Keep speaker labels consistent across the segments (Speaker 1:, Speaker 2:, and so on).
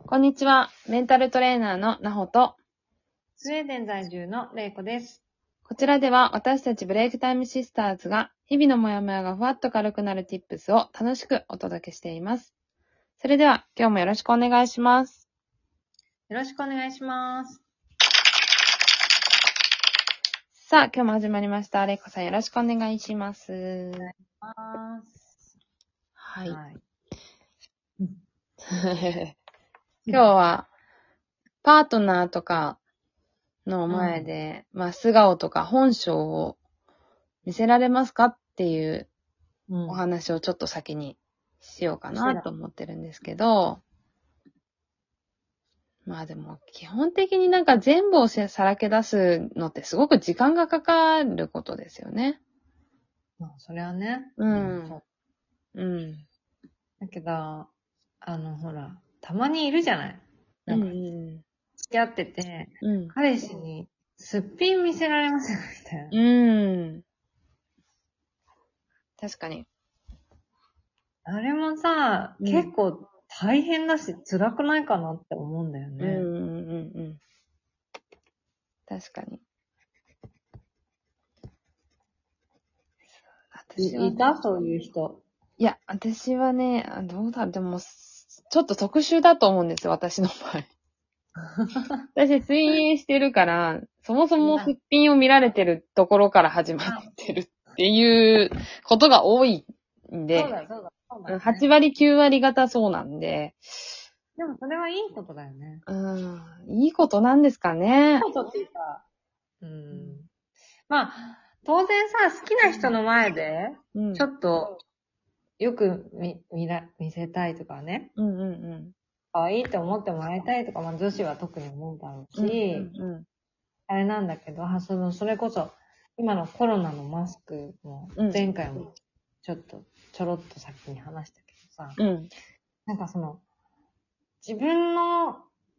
Speaker 1: こんにちは。メンタルトレーナーのなほと、
Speaker 2: スウェーデン在住のれいこです。
Speaker 1: こちらでは私たちブレイクタイムシスターズが日々のモヤモヤがふわっと軽くなる Tips を楽しくお届けしています。それでは今日もよろしくお願いします。
Speaker 2: よろしくお願いします。
Speaker 1: さあ、今日も始まりました。れいこさんよろしくお願いします。はい。今日はパートナーとかの前で、素顔とか本性を見せられますかっていうお話をちょっと先にしようかなと思ってるんですけど、でも基本的になんか全部をさらけ出すのってすごく時間がかかることですよね。
Speaker 2: それはね。
Speaker 1: うん。
Speaker 2: だけど、ほら、たまにいるじゃない。なんか、付き合ってて、彼氏にすっぴん見せられますよ、みたいな。
Speaker 1: 確かに。
Speaker 2: あれもさ、結構大変だし辛くないかなって思うんだよね。
Speaker 1: 確かに。
Speaker 2: いたそういう人。
Speaker 1: いや、私はね、どうだろう、でも、ちょっと特殊だと思うんですよ、私の場合。私、水泳してるから、そもそもすっぴんを見られてるところから始まってるっていうことが多いんで、
Speaker 2: そうだ、
Speaker 1: 8割、9割方そうなんで。
Speaker 2: でもそれはいいことだよね。
Speaker 1: いいことなんですかね。
Speaker 2: いいことっていうか、当然さ、好きな人の前で、ちょっと、よく見せたいとかね。可愛いって思ってもらいたいとか、女子は特に思うだろうし、あれなんだけど、それこそ、今のコロナのマスクも、前回もちょろっと先に話したけどさ、なんか自分の、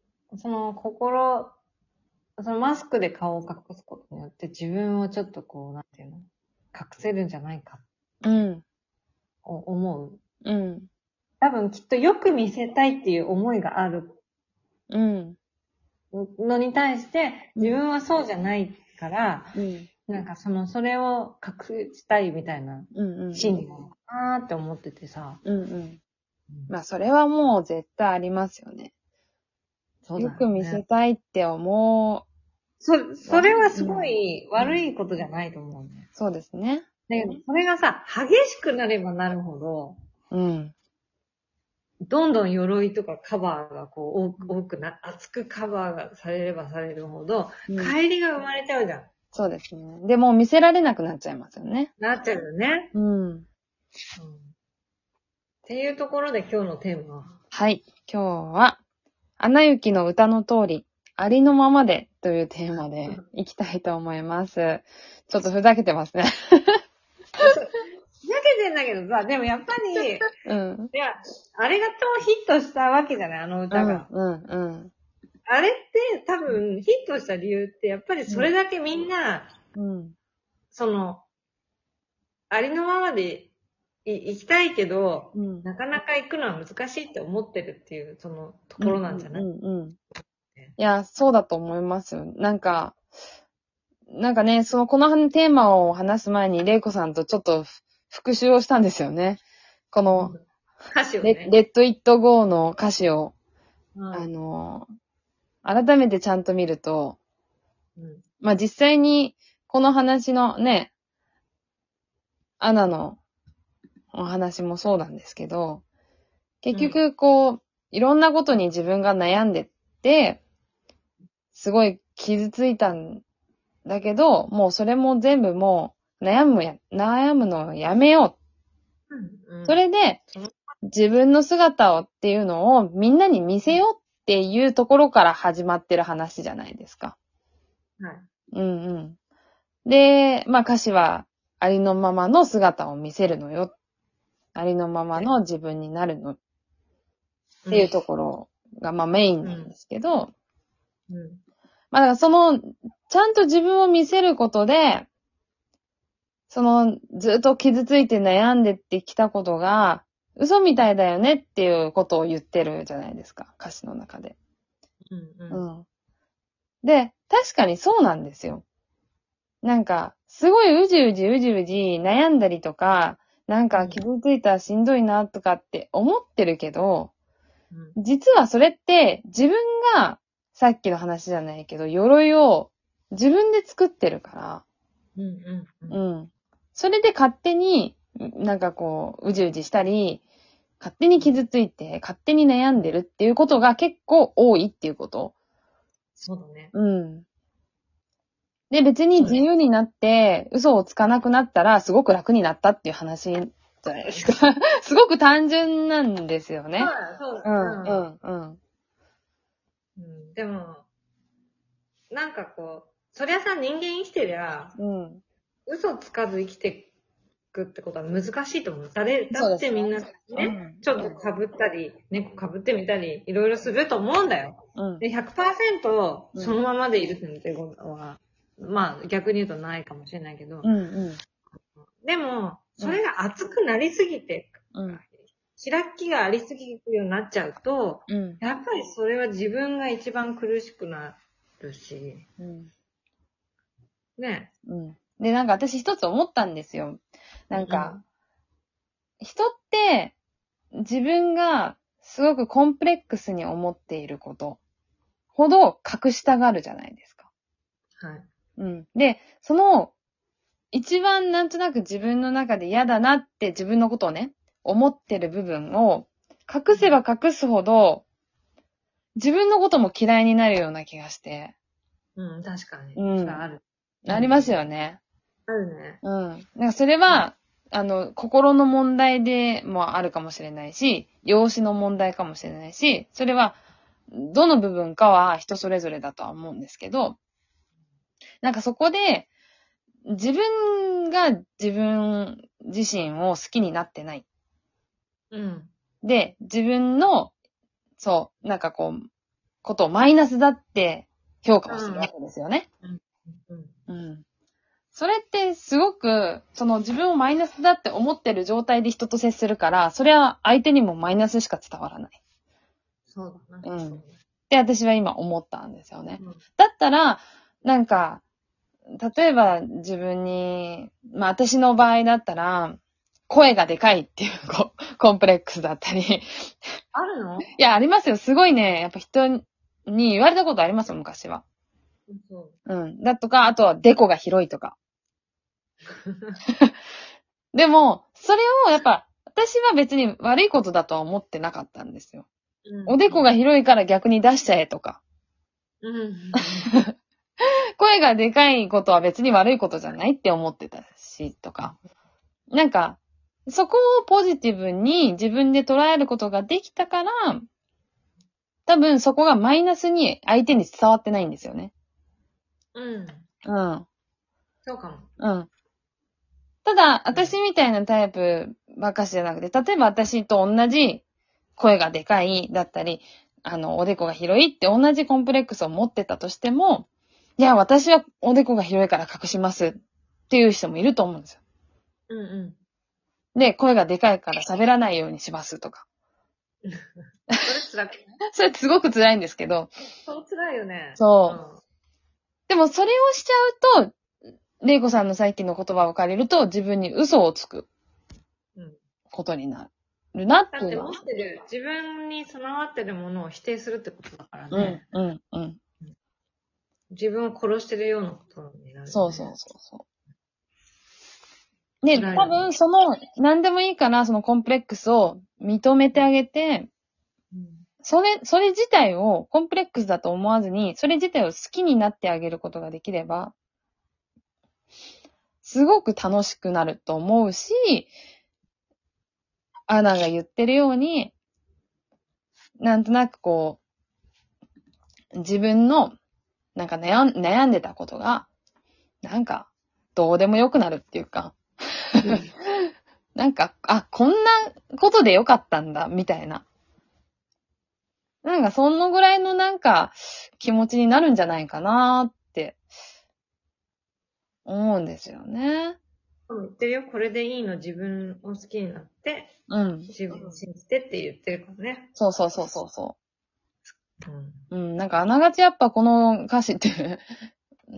Speaker 2: マスクで顔を隠すことによって自分をちょっとなんていうの、隠せるんじゃないか、思う。多分きっとよく見せたいっていう思いがある。のに対して、自分はそうじゃないから、なんかそれを隠したいみたいな心理なのかなーって思っててさ。
Speaker 1: それはもう絶対ありますよね。よく見せたいって思う。
Speaker 2: それはすごい悪いことじゃないと思うね。
Speaker 1: そうですね。
Speaker 2: で、それがさ、激しくなればなるほど、どんどん鎧とかカバーが多く厚くカバーがされればされるほど、乖離が生まれちゃうじゃん。
Speaker 1: そうですね。でも見せられなくなっちゃいますよね。
Speaker 2: なっちゃうよね。っていうところで今日のテーマは。
Speaker 1: はい。今日は、アナ雪の歌の通り、ありのままでというテーマでいきたいと思います。ちょっとふざけてますね。
Speaker 2: ふざけてんだけどさ、でもやっぱり、いや、あれが超ヒットしたわけじゃない、あの歌が。あれって多分ヒットした理由ってやっぱりそれだけみんな、ありのままで行きたいけど、なかなか行くのは難しいって思ってるっていう、ところなんじゃない？
Speaker 1: いや、そうだと思いますよ。なんかね、このテーマを話す前に、レイコさんとちょっと復習をしたんですよね。この、
Speaker 2: 歌詞をね。
Speaker 1: レッド・イット・ゴーの歌詞を、改めてちゃんと見ると、実際に、この話のね、アナのお話もそうなんですけど、結局いろんなことに自分が悩んでって、すごい傷ついたんだけど、もうそれも全部もう悩むのをやめよう。それで、自分の姿っていうのをみんなに見せようっていうところから始まってる話じゃないですか。で、歌詞はありのままの姿を見せるのよ。ありのままの自分になるの。っていうところがメインなんですけど、だからちゃんと自分を見せることで、ずっと傷ついて悩んでってきたことが、 嘘みたいだよねっていうことを言ってるじゃないですか、歌詞の中で。で、確かにそうなんですよ。なんか、すごいうじうじ悩んだりとか、なんか傷ついたらしんどいなとかって思ってるけど、実はそれって自分がさっきの話じゃないけど、鎧を自分で作ってるから、それで勝手になんかこう、うじうじしたり、勝手に傷ついて、勝手に悩んでるっていうことが結構多いっていうこと。
Speaker 2: そうだね。
Speaker 1: で、別に自由になって嘘をつかなくなったらすごく楽になったっていう話じゃないですか。すごく単純なんですよね。
Speaker 2: そうだ。でも、なんかこう、そりゃさ、人間生きてりゃ、嘘つかず生きていくってことは難しいと思う。だってみんなね、ちょっと被ったり、猫被ってみたり、いろいろすると思うんだよ。で、100% そのままでいるってことは、まあ逆に言うとないかもしれないけど、でも、それが熱くなりすぎて、開きがありすぎるようになっちゃうと、やっぱりそれは自分が一番苦しくなるし、ね。
Speaker 1: で、なんか私一つ思ったんですよ。なんか、人って自分がすごくコンプレックスに思っていることほど隠したがるじゃないですか。
Speaker 2: はい。
Speaker 1: で、その一番なんとなく自分の中で嫌だなって自分のことをね、思ってる部分を隠せば隠すほど自分のことも嫌いになるような気がして。
Speaker 2: 確かに。それある。
Speaker 1: ありますよね。
Speaker 2: あるね。
Speaker 1: なんかそれは、心の問題でもあるかもしれないし、容姿の問題かもしれないし、それは、どの部分かは人それぞれだとは思うんですけど、なんかそこで、自分が自分自身を好きになってない。で、自分の、なんかこう、ことをマイナスだって評価をするわけですよね。それってすごく、自分をマイナスだって思ってる状態で人と接するから、それは相手にもマイナスしか伝わらない。
Speaker 2: そうだな。
Speaker 1: って私は今思ったんですよね。だったら、なんか、例えば自分に、まあ私の場合だったら、声がでかいっていうコンプレックスだったり。
Speaker 2: あるの？
Speaker 1: いや、ありますよ。すごいね、やっぱ人に言われたことありますよ、昔は。だとか、あとはデコが広いとか。でも、それをやっぱ、私は別に悪いことだとは思ってなかったんですよ。おでこが広いから逆に出しちゃえとか。声がでかいことは別に悪いことじゃないって思ってたし、とか。なんか、そこをポジティブに自分で捉えることができたから、多分そこがマイナスに相手に伝わってないんですよね。
Speaker 2: そうかも。
Speaker 1: ただ、私みたいなタイプばっかしじゃなくて、例えば私と同じ声がでかいだったり、おでこが広いって同じコンプレックスを持ってたとしても、いや、私はおでこが広いから隠しますっていう人もいると思うんですよ。で、声がでかいから喋らないようにしますとか。
Speaker 2: それ辛くない？
Speaker 1: それすごく辛いんですけど。
Speaker 2: そう辛いよね。
Speaker 1: でもそれをしちゃうと、レイコさんのさっきの言葉を借りると、自分に嘘をつくことになるなっていうのは。
Speaker 2: だって持ってる、自分に備わってるものを否定するってことだからね。自分を殺してるようなことになる、ね。
Speaker 1: そう。で、多分何でもいいから、そのコンプレックスを認めてあげて、それ自体をコンプレックスだと思わずに、それ自体を好きになってあげることができれば、すごく楽しくなると思うし、アナが言ってるように、なんとなくこう、自分の、なんか悩んでたことが、なんか、どうでもよくなるっていうか、なんか、こんなことでよかったんだ、みたいな。なんか、そのぐらいのなんか、気持ちになるんじゃないかなって、思うんですよね。
Speaker 2: 言ってるよ。これでいいの、自分を好きになって、うん。自分を信じてって言ってるからね。
Speaker 1: そうそうそうそう。うん。なんかあながちやっぱこの歌詞ってうん。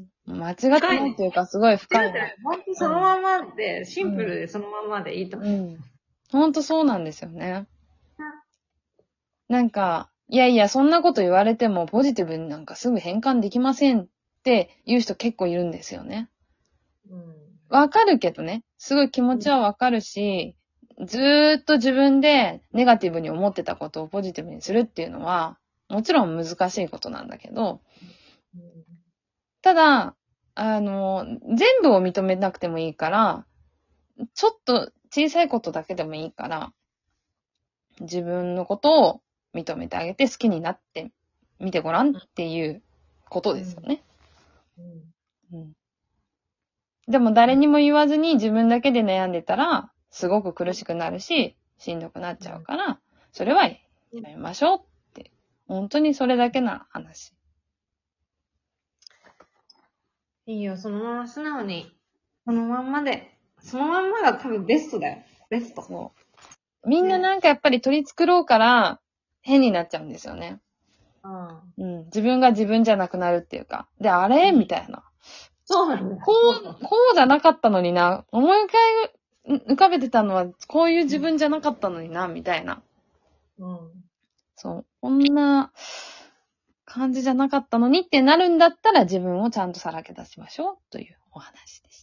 Speaker 1: 間違ってないというか、すごい深い。
Speaker 2: 本当そのままで、シンプルでそのままでいいと思う。うん。
Speaker 1: 本当そうなんですよね。なんか、いやいや、そんなこと言われてもポジティブになんかすぐ変換できませんって言う人結構いるんですよね。わかるけどね。すごい気持ちはわかるし、ずーっと自分でネガティブに思ってたことをポジティブにするっていうのは、もちろん難しいことなんだけど、ただ、全部を認めなくてもいいから、ちょっと小さいことだけでもいいから、自分のことを認めてあげて好きになってみてごらんっていうことですよね。でも誰にも言わずに自分だけで悩んでたら、すごく苦しくなるし、しんどくなっちゃうから、それはやめましょうって。本当にそれだけな話。
Speaker 2: いいよ、そのまま素直に、そのまんまで、そのまんまが多分ベストだよ。ベスト。
Speaker 1: そう。みんななんかやっぱり取り繕うから、変になっちゃうんですよね。うん。自分が自分じゃなくなるっていうか。で、あれみたいな。
Speaker 2: そうなんだ。
Speaker 1: こうじゃなかったのにな。思い浮かべてたのは、こういう自分じゃなかったのにな、みたいな。そう。こんな感じじゃなかったのにってなるんだったら、自分をちゃんとさらけ出しましょう、というお話でした。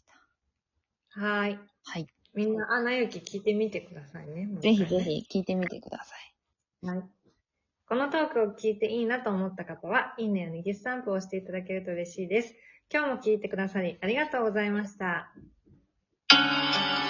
Speaker 2: はい。みんな、アナ雪聞いてみてくださいね。
Speaker 1: ぜひぜひ聞いてみてください。
Speaker 2: はい。このトークを聞いていいなと思った方は、いいねやネギスタンプを押していただけると嬉しいです。今日も聞いてくださりありがとうございました。